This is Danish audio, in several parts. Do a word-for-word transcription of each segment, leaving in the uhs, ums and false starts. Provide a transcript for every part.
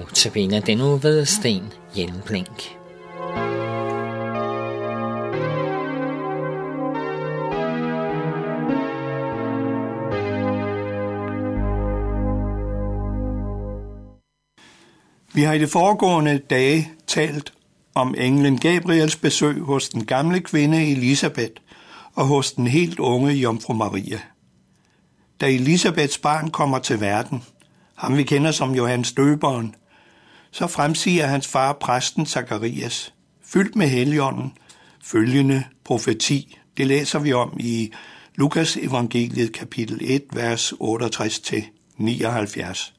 Notabene den uge ved Sten Hjelmblink. Vi har i de foregående dage talt om englen Gabriels besøg hos den gamle kvinde Elisabeth og hos den helt unge jomfru Maria. Da Elisabeths barn kommer til verden, ham vi kender som Johannes Døberen, så fremsiger hans far præsten Zakarias, fyldt med Helligånden, følgende profeti. Det læser vi om i Lukas evangeliet kapitel et, vers otteogtres til nioghalvfjerds.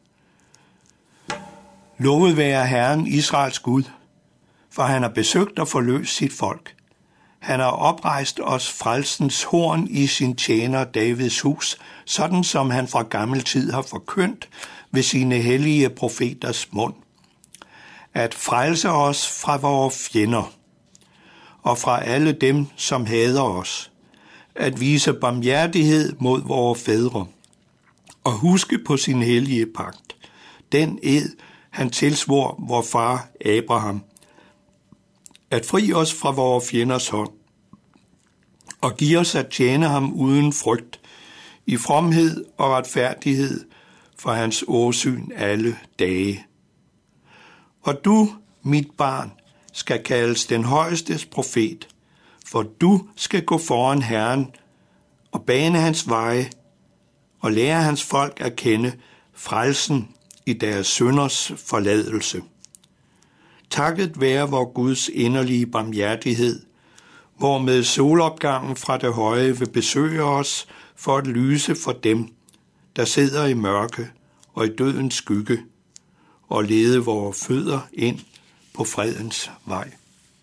Lovet være Herren Israels Gud, for han har besøgt og forløst sit folk. Han har oprejst os frelsens horn i sin tjener Davids hus, sådan som han fra gammel tid har forkyndt ved sine hellige profeters mund. At frelse os fra vores fjender og fra alle dem, som hader os. At vise barmhjertighed mod vores fædre og huske på sin hellige pagt. Den ed, han tilsvor vor far Abraham. At fri os fra vores fjenders hånd og give os at tjene ham uden frygt, i fromhed og retfærdighed for hans åsyn alle dage. Og du, mit barn, skal kaldes den højestes profet, for du skal gå foran Herren og bane hans veje og lære hans folk at kende frelsen i deres synders forladelse. Takket være vor Guds inderlige barmhjertighed, hvormed solopgangen fra det høje vil besøge os for at lyse for dem, der sidder i mørke og i dødens skygge, og lede vores fødder ind på fredens vej.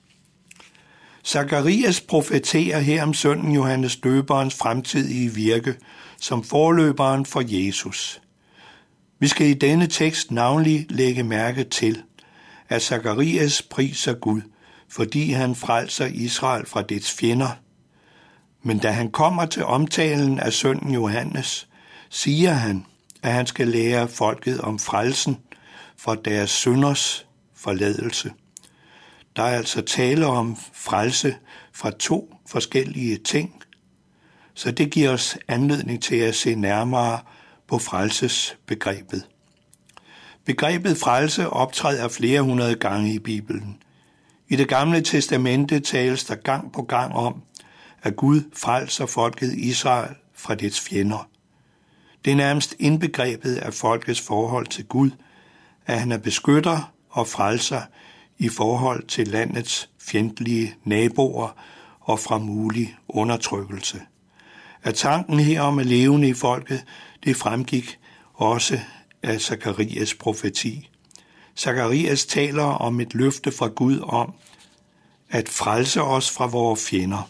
Zakarias profeterer her om sønnen Johannes Døberens fremtidige virke som forløberen for Jesus. Vi skal i denne tekst navnlig lægge mærke til, at Zakarias priser Gud, fordi han frelser Israel fra dets fjender. Men da han kommer til omtalen af sønnen Johannes, siger han, at han skal lære folket om frelsen fra deres synders forladelse. Der er altså tale om frelse fra to forskellige ting, så det giver os anledning til at se nærmere på frelsesbegrebet. Begrebet frelse optræder flere hundrede gange i Bibelen. I Det Gamle Testamente tales der gang på gang om, at Gud frelser folket Israel fra dets fjender. Det er nærmest indbegrebet af folkets forhold til Gud, at han er beskytter og frelser i forhold til landets fjendtlige naboer og fra mulig undertrykkelse. At tanken herom er levende i folket, det fremgik også af Zakarias profeti. Zakarias taler om et løfte fra Gud om at frelse os fra vores fjender.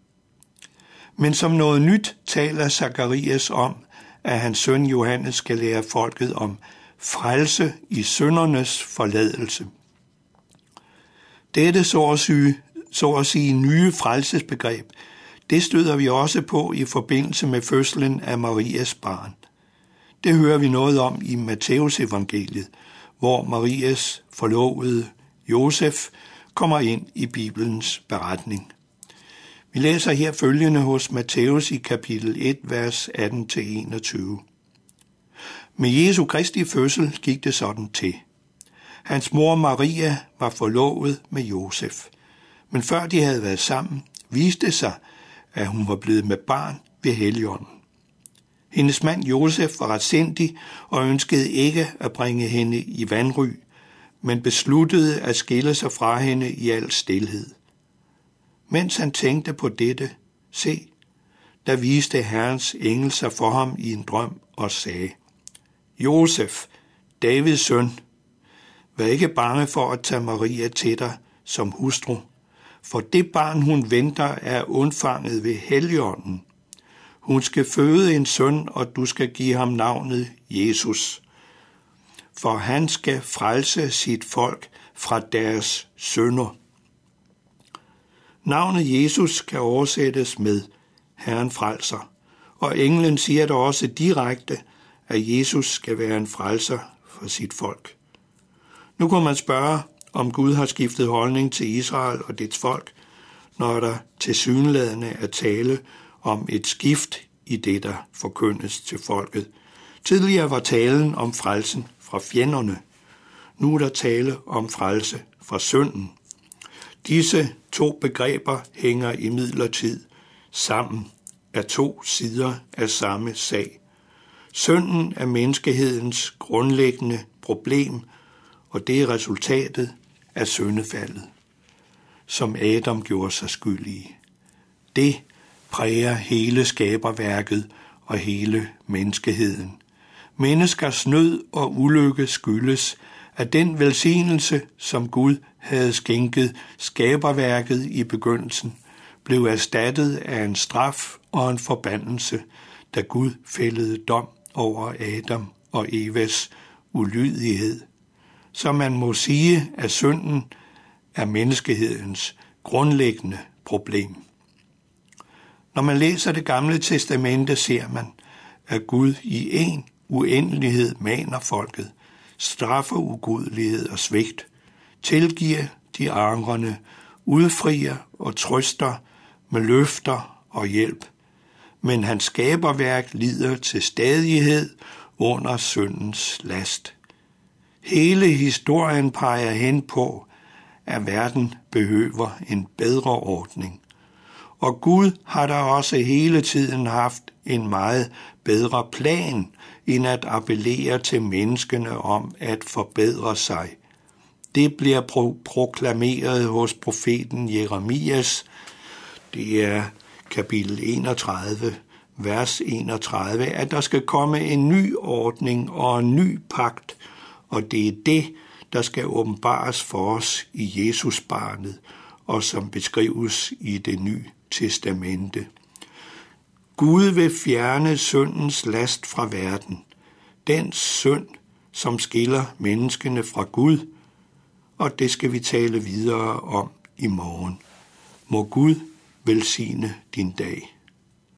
Men som noget nyt taler Zakarias om, at hans søn Johannes skal lære folket om frelse i syndernes forladelse. Dette så at sige, så at sige nye frelsesbegreb, det støder vi også på i forbindelse med fødslen af Marias barn. Det hører vi noget om i Matteus evangeliet, hvor Marias forlovede Josef kommer ind i Bibelens beretning. Vi læser her følgende hos Matteus i kapitel et, vers atten til enogtyve. Med Jesu Kristi fødsel gik det sådan til. Hans mor Maria var forlovet med Josef, men før de havde været sammen, viste det sig, at hun var blevet med barn ved Helligånden. Hendes mand Josef var retsindig og ønskede ikke at bringe hende i vanry, men besluttede at skille sig fra hende i al stilhed. Mens han tænkte på dette, se, der viste Herrens engel sig for ham i en drøm og sagde, Josef, Davids søn, vær ikke bange for at tage Maria til dig som hustru, for det barn, hun venter, er undfanget ved Helligånden. Hun skal føde en søn, og du skal give ham navnet Jesus, for han skal frelse sit folk fra deres synder. Navnet Jesus kan oversættes med Herren frelser, og englen siger da også direkte, at Jesus skal være en frelser for sit folk. Nu kunne man spørge, om Gud har skiftet holdning til Israel og dets folk, når der tilsyneladende er tale om et skift i det, der forkyndes til folket. Tidligere var talen om frelsen fra fjenderne. Nu er der tale om frelse fra synden. Disse to begreber hænger imidlertid sammen af to sider af samme sag. Synden er menneskehedens grundlæggende problem, og det er resultatet af syndefaldet, som Adam gjorde sig skyldig i. Det præger hele skaberværket og hele menneskeheden. Menneskers nød og ulykke skyldes, at den velsignelse, som Gud havde skænket skaberværket i begyndelsen, blev erstattet af en straf og en forbandelse, da Gud fældede dom over Adam og Evas ulydighed. Så man må sige, at synden er menneskehedens grundlæggende problem. Når man læser Det Gamle Testamente, ser man, at Gud i en uendelighed maner folket, straffer ugudelighed og svigt, tilgiver de angrende, udfrier og trøster med løfter og hjælp. Men hans skaberværk lider til stadighed under syndens last. Hele historien peger hen på, at verden behøver en bedre ordning. Og Gud har da også hele tiden haft en meget bedre plan, end at appellere til menneskene om at forbedre sig. Det bliver pro- proklameret hos profeten Jeremias. Det er kapitel enogtredive, vers enogtredive, at der skal komme en ny ordning og en ny pagt, og det er det, der skal åbenbares for os i Jesusbarnet, og som beskrives i Det Nye Testamente. Gud vil fjerne syndens last fra verden, den synd, som skiller menneskene fra Gud, og det skal vi tale videre om i morgen. Må Gud velsigne din dag.